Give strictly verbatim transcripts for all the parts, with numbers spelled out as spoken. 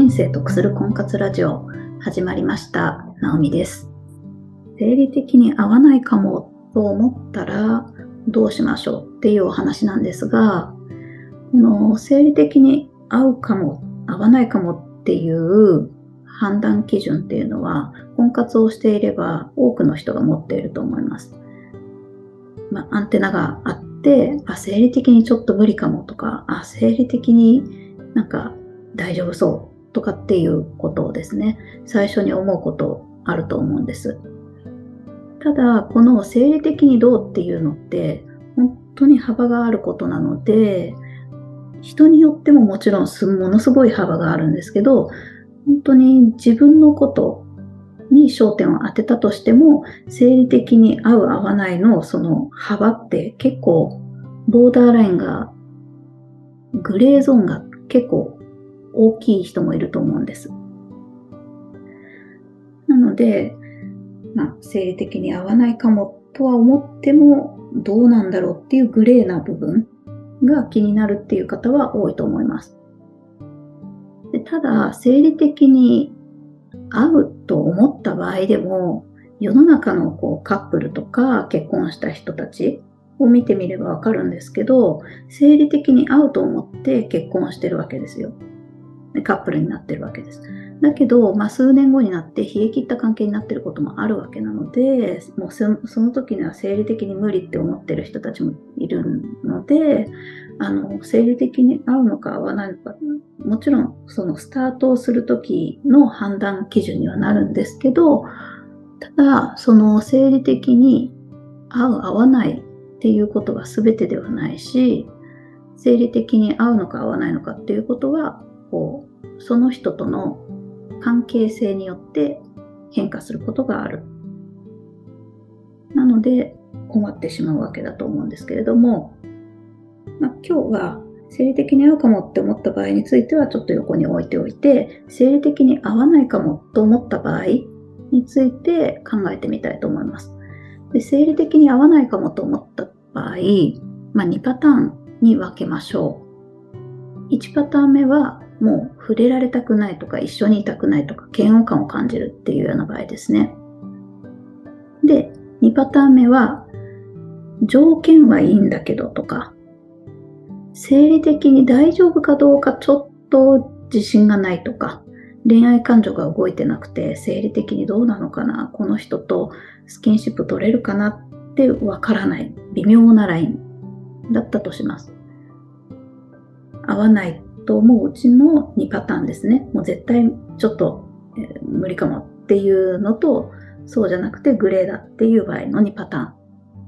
人生得する婚活ラジオ始まりました。なおみです。生理的に合わないかもと思ったらどうしましょうっていうお話なんですが、この生理的に合うかも合わないかもっていう判断基準っていうのは婚活をしていれば多くの人が持っていると思います。まあ、アンテナがあってあ生理的にちょっと無理かもとかあ生理的になんか大丈夫そうとかっていうことをですね最初に思うことあると思うんです。ただこの生理的にどうっていうのって本当に幅があることなので、人によってももちろんものすごい幅があるんですけど、本当に自分のことに焦点を当てたとしても生理的に合う合わないのその幅って結構ボーダーラインがグレーゾーンが結構大きい人もいると思うんです。なので、まあ、生理的に合わないかもとは思ってもどうなんだろうっていうグレーな部分が気になるっていう方は多いと思います。でただ生理的に合うと思った場合でも世の中のこうカップルとか結婚した人たちを見てみればわかるんですけど、生理的に合うと思って結婚してるわけですよ。でカップルになってるわけです。だけど、まあ、数年後になって冷え切った関係になってることもあるわけなので、もう そ, その時には生理的に無理って思ってる人たちもいるので、あの生理的に合うのか合わないのか、もちろんそのスタートをする時の判断基準にはなるんですけど、ただその生理的に合う合わないっていうことが全てではないし、生理的に合うのか合わないのかっていうことはこうその人との関係性によって変化することがある。なので困ってしまうわけだと思うんですけれども、まあ、今日は生理的に合うかもって思った場合についてはちょっと横に置いておいて、生理的に合わないかもと思った場合について考えてみたいと思います。で生理的に合わないかもと思った場合、まあ、にパターンに分けましょう。いちパターン目はもう触れられたくないとか一緒にいたくないとか嫌悪感を感じるっていうような場合ですね。で、にパターン目は条件はいいんだけどとか、生理的に大丈夫かどうかちょっと自信がないとか、恋愛感情が動いてなくて生理的にどうなのかな、この人とスキンシップ取れるかなってわからない微妙なラインだったとします。合わないと思ううちのにパターンですね。もう絶対ちょっと、えー、無理かもっていうのと、そうじゃなくてグレーだっていう場合のにパターン。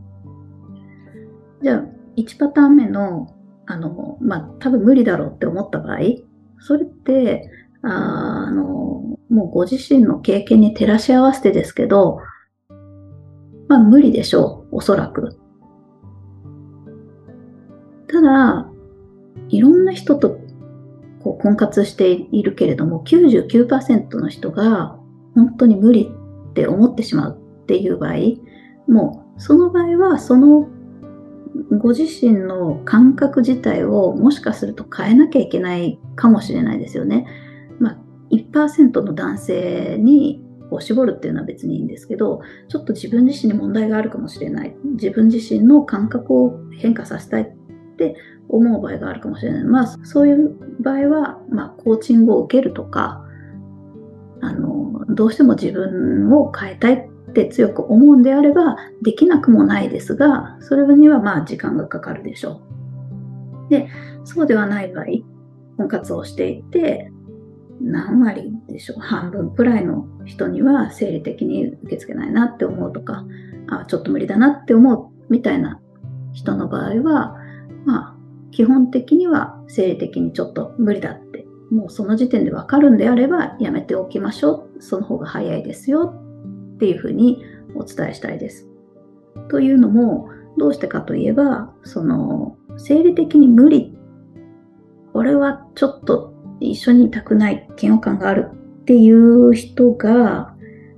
じゃあいちパターン目のあのまあ多分無理だろうって思った場合、それってああのもうご自身の経験に照らし合わせてですけど、まあ無理でしょう、おそらく。ただいろんな人とこう婚活しているけれども きゅうじゅうきゅうパーセント の人が本当に無理って思ってしまうっていう場合、もうその場合はそのご自身の感覚自体をもしかすると変えなきゃいけないかもしれないですよね。まあ、いちパーセント の男性にこう絞るっていうのは別にいいんですけど、ちょっと自分自身に問題があるかもしれない、自分自身の感覚を変化させたいって思う場合があるかもしれない。まあそういう場合は、まあ、コーチングを受けるとか、あのどうしても自分を変えたいって強く思うんであればできなくもないですが、それにはまあ時間がかかるでしょう。で、そうではない場合、婚活をしていて何割でしょう、半分くらいの人には生理的に受け付けないなって思うとか、あちょっと無理だなって思うみたいな人の場合は、まあ基本的には生理的にちょっと無理だってもうその時点で分かるんであればやめておきましょう、その方が早いですよっていうふうにお伝えしたいです。というのもどうしてかといえば、その生理的に無理、これはちょっと一緒にいたくない、嫌悪感があるっていう人が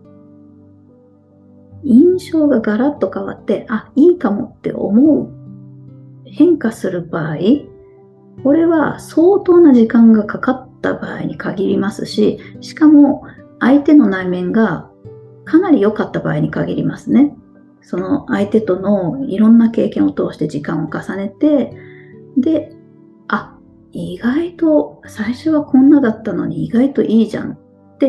印象がガラッと変わってあいいかもって思う変化する場合、これは相当な時間がかかっった場合に限りますし、しかも相手の内面がかなり良かった場合に限りますね。その相手とのいろんな経験を通して時間を重ねて、で、あ、意外と最初はこんなだったのに意外といいじゃんって、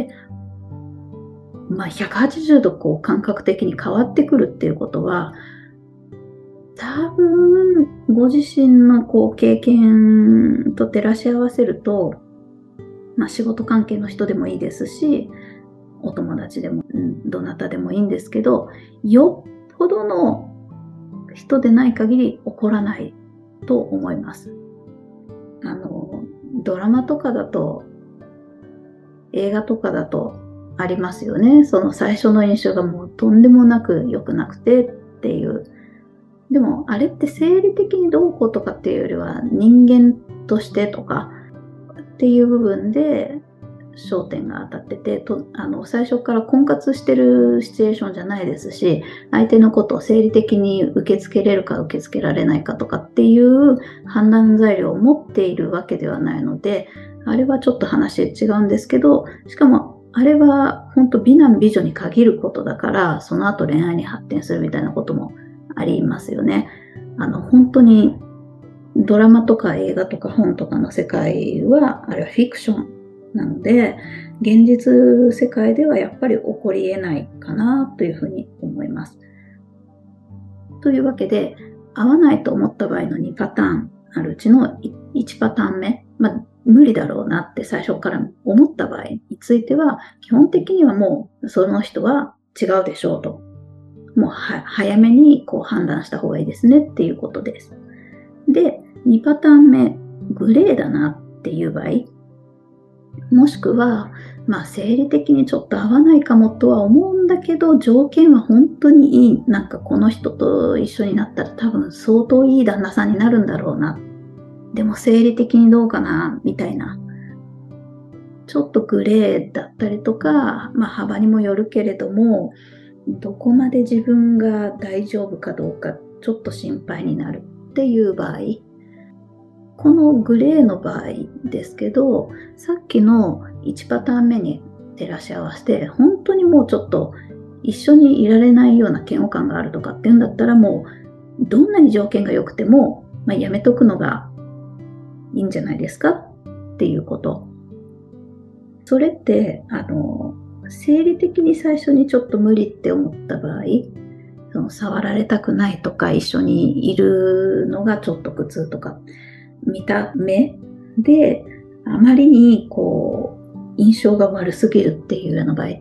まあ、ひゃくはちじゅうどこう感覚的に変わってくるっていうことは、多分ご自身のこう経験と照らし合わせると、まあ、仕事関係の人でもいいですし、お友達でもどなたでもいいんですけど、よっぽどの人でない限り起こらないと思います。あのドラマとかだと、映画とかだとありますよね。その最初の印象がもうとんでもなく良くなくてっていう。でもあれって生理的にどうこうとかっていうよりは、人間としてとかっていう部分で焦点が当たってて、とあの最初から婚活してるシチュエーションじゃないですし、相手のことを生理的に受け付けれるか受け付けられないかとかっていう判断材料を持っているわけではないので、あれはちょっと話違うんですけど、しかもあれは本当美男美女に限ることだから、その後恋愛に発展するみたいなこともありますよね。あの本当にドラマとか映画とか本とかの世界は、あれはフィクションなので、現実世界ではやっぱり起こり得ないかなというふうに思います。というわけで、合わないと思った場合のにパターンあるうちのいちパターン目、まあ、無理だろうなって最初から思った場合については、基本的にはもうその人は違うでしょうと。もうは早めにこう判断した方がいいですねっていうことです。で、にパターン目、グレーだなっていう場合、もしくは、まあ、生理的にちょっと合わないかもとは思うんだけど、条件は本当にいい。なんかこの人と一緒になったら多分相当いい旦那さんになるんだろうな。でも生理的にどうかなみたいな。ちょっとグレーだったりとか、まあ、幅にもよるけれども、どこまで自分が大丈夫かどうかちょっと心配になるっていう場合、このグレーの場合ですけど、さっきのいちパターン目に照らし合わせて、本当にもうちょっと一緒にいられないような嫌悪感があるとかっていうんだったら、もうどんなに条件が良くても、まあ、やめとくのがいいんじゃないですかっていうこと。それってあの生理的に最初にちょっと無理って思った場合、その触られたくないとか一緒にいるのがちょっと苦痛とか、見た目であまりにこう印象が悪すぎるっていうような場合って、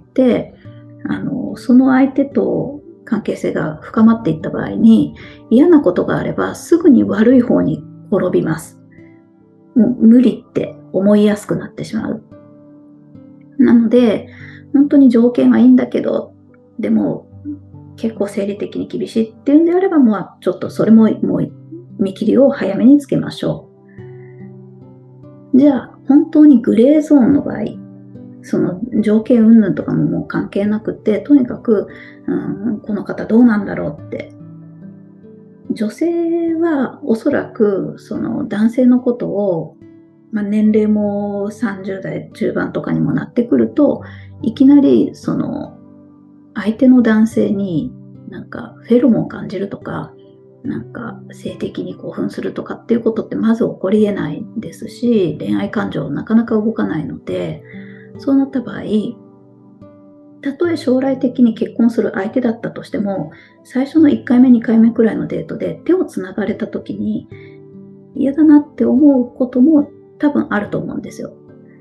あのその相手と関係性が深まっていった場合に、嫌なことがあればすぐに悪い方に転びます。もう無理って思いやすくなってしまう。なので本当に条件はいいんだけど、でも結構生理的に厳しいっていうんであれば、もうちょっとそれももう見切りを早めにつけましょう。じゃあ本当にグレーゾーンの場合、その条件云々とかももう関係なくて、とにかく、うん、この方どうなんだろうって。女性はおそらくその男性のことを、まあ、年齢もさんじゅう代中盤とかにもなってくると、いきなりその相手の男性になんかフェロモンを感じるとか、なんか性的に興奮するとかっていうことってまず起こり得ないですし、恋愛感情なかなか動かないので、そうなった場合、たとえ将来的に結婚する相手だったとしても、最初のいっかいめにかいめくらいのデートで手をつながれた時に嫌だなって思うことも多分あると思うんですよ。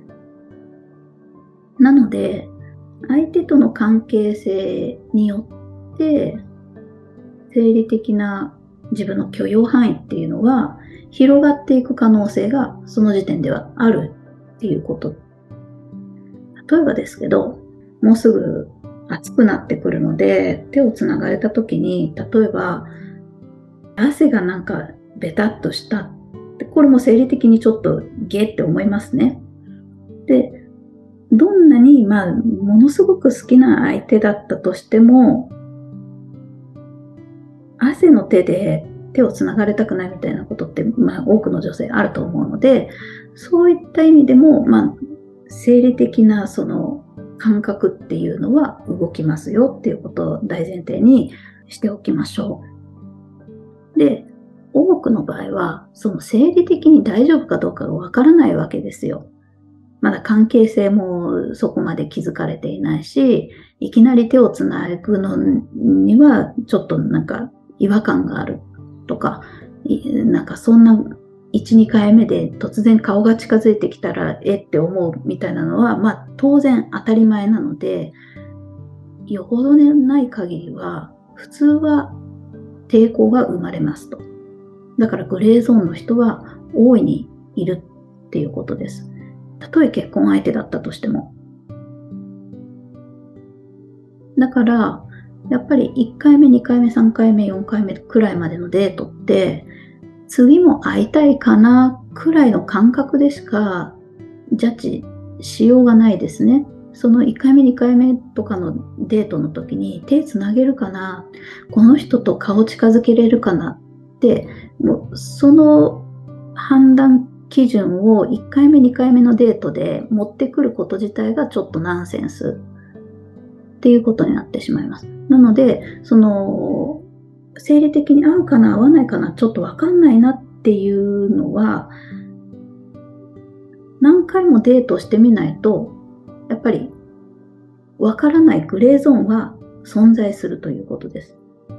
なので相手との関係性によって生理的な自分の許容範囲っていうのは広がっていく可能性がその時点ではあるっていうこと。例えばですけど、もうすぐ暑くなってくるので手をつながれた時に、例えば汗がなんかベタっとしたって、これも生理的にちょっとゲって思いますね。で、どんなにまあものすごく好きな相手だったとしても、汗の手で手をつながれたくないみたいなことって、まあ、多くの女性あると思うので、そういった意味でも、まあ、生理的なその感覚っていうのは動きますよっていうことを大前提にしておきましょう。で、多くの場合は、その生理的に大丈夫かどうかがわからないわけですよ。まだ関係性もそこまで築かれていないし、いきなり手をつなぐのにはちょっとなんか違和感があるとか、なんかそんないち、にかいめで突然顔が近づいてきたらえって思うみたいなのは、まあ当然当たり前なので、よほどでない限りは普通は抵抗が生まれますと。だからグレーゾーンの人は大いにいるっていうことです。たとえ結婚相手だったとしても。だから、やっぱりいっかいめ、にかいめ、さんかいめ、よんかいめくらいまでのデートって、次も会いたいかなくらいの感覚でしかジャッジしようがないですね。そのいっかいめ、にかいめとかのデートの時に手つなげるかな、この人と顔近づけれるかなって、もうその判断基準をいっかいめ、にかいめのデートで持ってくること自体がちょっとナンセンスっていうことになってしまいます。なので、その、生理的に合うかな合わないかなちょっとわかんないなっていうのは、何回もデートしてみないと、やっぱりわからないグレーゾーンは存在するということです。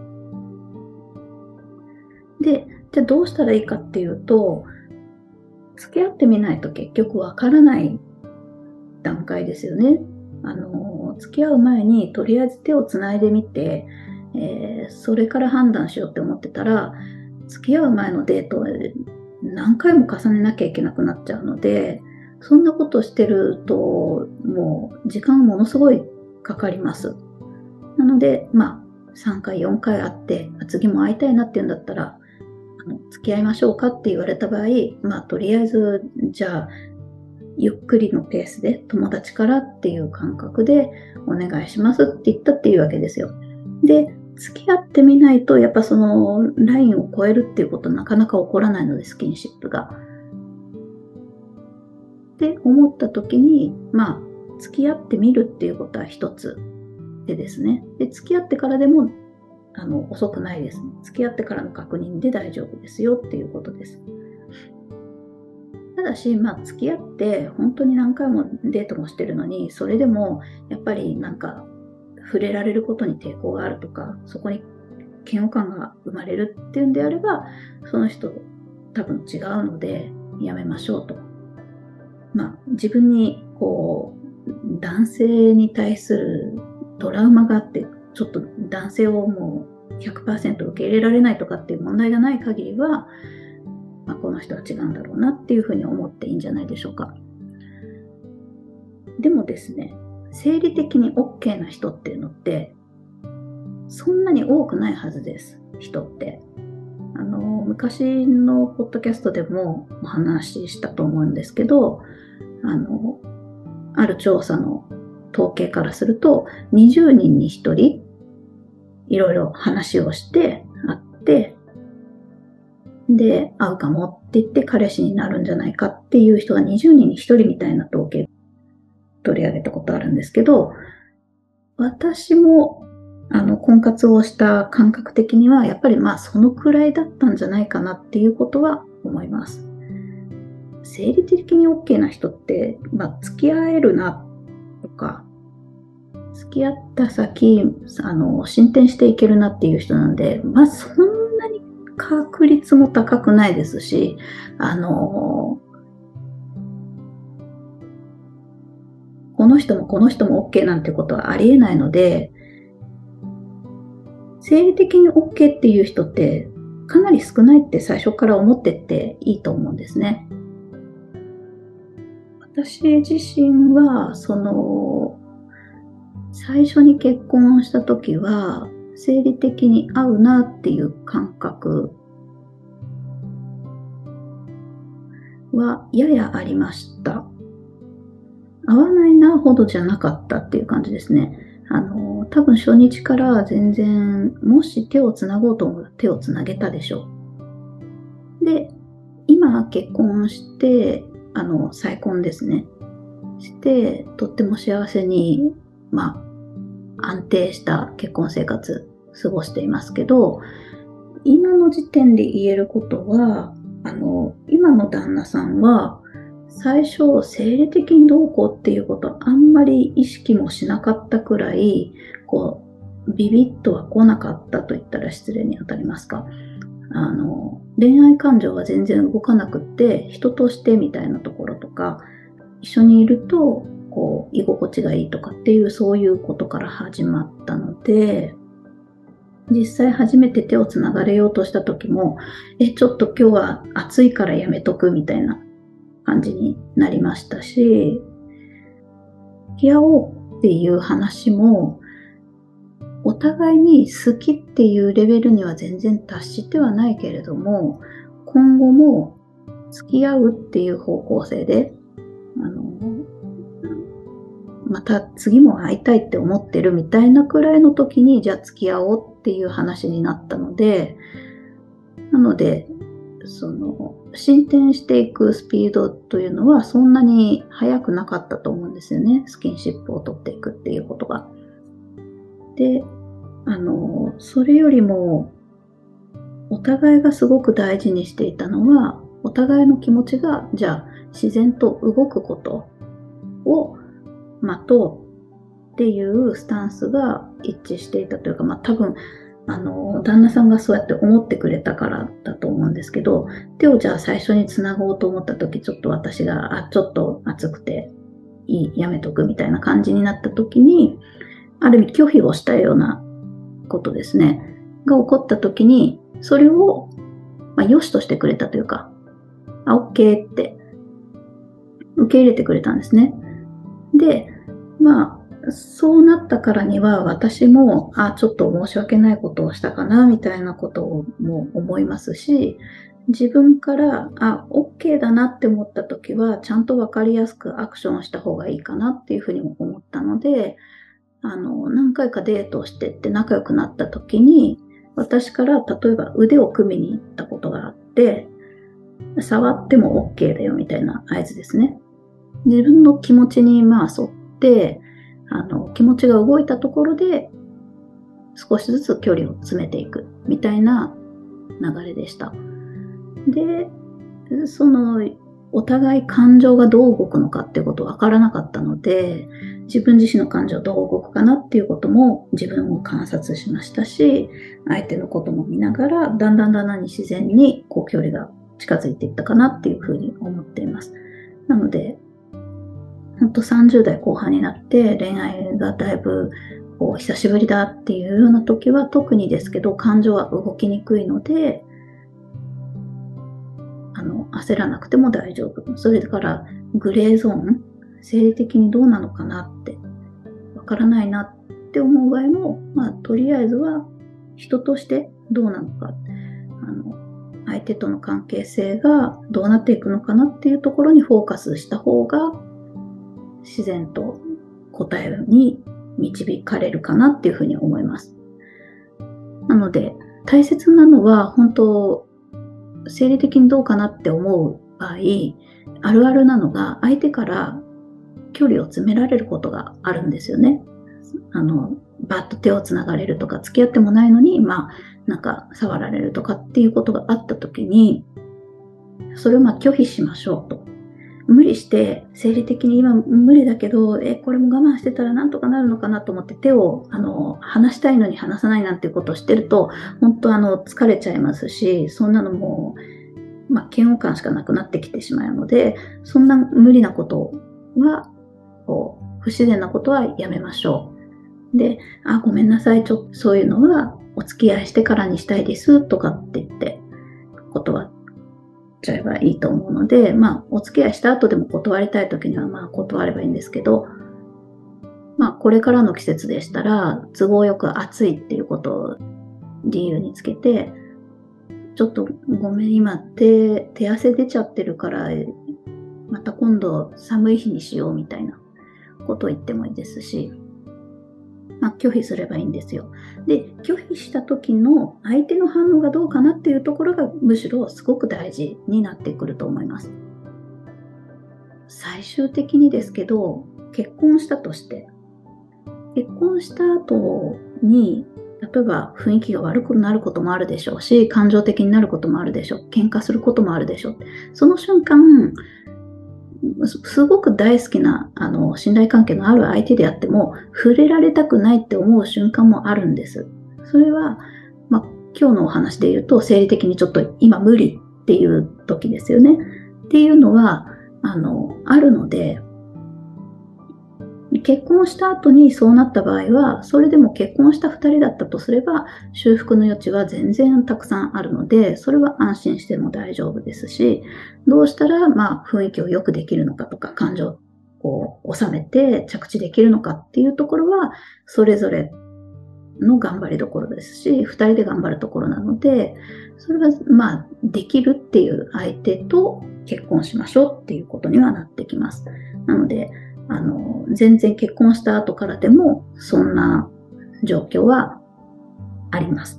で、じゃあどうしたらいいかっていうと、付き合ってみないと結局わからない段階ですよね。あの、付き合う前にとりあえず手をつないでみて、えー、それから判断しようって思ってたら、付き合う前のデートを何回も重ねなきゃいけなくなっちゃうので、そんなことしてると、もう時間ものすごいかかります。なので、まあ、さんかい、よんかい会って、次も会いたいなっていうんだったら、あの付き合いましょうかって言われた場合、まあ、とりあえず、じゃあ、ゆっくりのペースで友達からっていう感覚でお願いしますって言ったっていうわけですよ。で、付き合ってみないとやっぱそのラインを超えるっていうことなかなか起こらないので、スキンシップが。って思った時に、まあ、付き合ってみるっていうことは一つでですね。で、付き合ってからでもあの遅くないです。付き合ってからの確認で大丈夫ですよっていうことです。ただし、まあ、付き合って本当に何回もデートもしてるのに、それでもやっぱりなんか触れられることに抵抗があるとか、そこに嫌悪感が生まれるっていうんであれば、その人多分違うのでやめましょうと。まあ、自分にこう男性に対するトラウマがあって、ちょっと男性をもう ひゃくパーセント 受け入れられないとかっていう問題がない限りは、まあ、この人は違うんだろうなっていうふうに思っていいんじゃないでしょうか。でもですね、生理的に OK な人っていうのってそんなに多くないはずです。人って。あの昔のポッドキャストでもお話ししたと思うんですけど、あのある調査の統計からするとにじゅうにんにひとりいろいろ話をして会ってで、会うかもって言って彼氏になるんじゃないかっていう人がにじゅうにんにひとりみたいな統計取り上げたことあるんですけど、私もあの婚活をした感覚的にはやっぱりまあそのくらいだったんじゃないかなっていうことは思います。生理的に OK な人って、まあ、付き合えるなとか、付き合った先あの進展していけるなっていう人なんで、まあそんなに確率も高くないですし、あのこの人もこの人も OK なんてことはありえないので、生理的に OK っていう人ってかなり少ないって最初から思ってっていいと思うんですね。私自身はその最初に結婚した時は生理的に合うなっていう感覚はややありました。合わないなほどじゃなかったっていう感じですね。あの多分初日から全然もし手をつなごうと思ったら手をつなげたでしょう。 で、今結婚して、あの、再婚ですね。して、とっても幸せに、まあ、安定した結婚生活過ごしていますけど、今の時点で言えることは、あの、今の旦那さんは、最初、生理的にどうこうっていうことはあんまり意識もしなかったくらい、こう、ビビッとは来なかったと言ったら失礼に当たりますか。あの、恋愛感情は全然動かなくって、人としてみたいなところとか、一緒にいると、こう、居心地がいいとかっていう、そういうことから始まったので、実際初めて手をつながれようとした時も、え、ちょっと今日は暑いからやめとくみたいな感じになりましたし、付き合おうっていう話も、お互いに好きっていうレベルには全然達してはないけれども、今後も付き合うっていう方向性で、あの、また次も会いたいって思ってるみたいなくらいの時に、じゃあ付き合おうっていう話になったので、なので、その、進展していくスピードというのはそんなに速くなかったと思うんですよね。スキンシップを取っていくっていうことが。で、あの、それよりも、お互いがすごく大事にしていたのは、お互いの気持ちが、じゃあ、自然と動くことを待とうっていうスタンスが一致していたというか、まあ多分、あの、旦那さんがそうやって思ってくれたからだと思うんですけど、手をじゃあ最初につなごうと思った時、ちょっと私が、あ、ちょっと暑くていい、やめとくみたいな感じになった時に、ある意味拒否をしたようなことですね、が起こった時に、それを、まあ、良しとしてくれたというか、あ、OK って受け入れてくれたんですね。で、まあ、そうなったからには私も、あ、ちょっと申し訳ないことをしたかな、みたいなことをも思いますし、自分から、あ、OK だなって思った時は、ちゃんとわかりやすくアクションした方がいいかなっていうふうにも思ったので、あの、何回かデートをしてって仲良くなった時に、私から例えば腕を組みに行ったことがあって、触っても OK だよみたいな合図ですね。自分の気持ちにまあ沿って、あの、気持ちが動いたところで少しずつ距離を詰めていくみたいな流れでした。で、その、お互い感情がどう動くのかっていうことわからなかったので、自分自身の感情どう動くかなっていうことも自分を観察しましたし、相手のことも見ながら、だんだんだんだんに自然にこう距離が近づいていったかなっていうふうに思っています。なので、本当さんじゅう代後半になって恋愛がだいぶこう久しぶりだっていうような時は特にですけど、感情は動きにくいので、あの、焦らなくても大丈夫。それから、グレーゾーン、生理的にどうなのかなって、わからないなって思う場合も、まあ、とりあえずは、人としてどうなのか、あの、相手との関係性がどうなっていくのかなっていうところにフォーカスした方が、自然と答えに導かれるかなっていうふうに思います。なので、大切なのは、本当、生理的にどうかなって思う場合、あるあるなのが相手から距離を詰められることがあるんですよね。あの、バッと手をつながれるとか、付き合ってもないのに、まあ、なんか触られるとかっていうことがあったときに、それをまあ拒否しましょうと。無理して、生理的に今無理だけど、え、これも我慢してたらなんとかなるのかなと思って手を、あの、離したいのに離さないなんていうことをしてると、本当あの、疲れちゃいますし、そんなのもう、まあ、嫌悪感しかなくなってきてしまうので、そんな無理なことは、こう、不自然なことはやめましょう。で、あ、ごめんなさい、ちょっとそういうのはお付き合いしてからにしたいですとかって言って、断っちゃえばいいと思うので、まあ、お付き合いした後でも断りたい時には、まあ、断ればいいんですけど、まあ、これからの季節でしたら、都合よく暑いっていうことを理由につけて、ちょっとごめん、今手、手汗出ちゃってるから、また今度寒い日にしようみたいなことを言ってもいいですし、 まあ、拒否すればいいんですよ。で、拒否した時の相手の反応がどうかなっていうところがむしろすごく大事になってくると思います。最終的にですけど、結婚したとして、結婚した後に、例えば雰囲気が悪くなることもあるでしょうし、感情的になることもあるでしょう。喧嘩することもあるでしょう。その瞬間、すごく大好きな、あの、信頼関係のある相手であっても、触れられたくないって思う瞬間もあるんです。それは、まあ、今日のお話で言うと、生理的にちょっと今無理っていう時ですよね。っていうのは、あの、あるので、結婚した後にそうなった場合は、それでも結婚したふたりだったとすれば、修復の余地は全然たくさんあるので、それは安心しても大丈夫ですし、どうしたら、まあ、雰囲気を良くできるのかとか、感情を収めて着地できるのかっていうところは、それぞれの頑張りどころですし、ふたりで頑張るところなので、それは、まあ、できるっていう相手と結婚しましょうっていうことにはなってきます。なので、あの、全然結婚した後からでも、そんな状況はあります。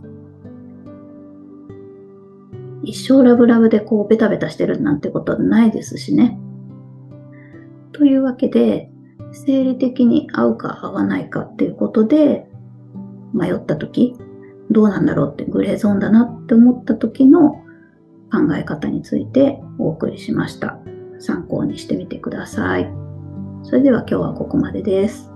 一生ラブラブでこうベタベタしてるなんてことはないですしね。というわけで、生理的に合うか合わないかっていうことで迷った時、どうなんだろうってグレーゾーンだなって思った時の考え方についてお送りしました。参考にしてみてください。それでは今日はここまでです。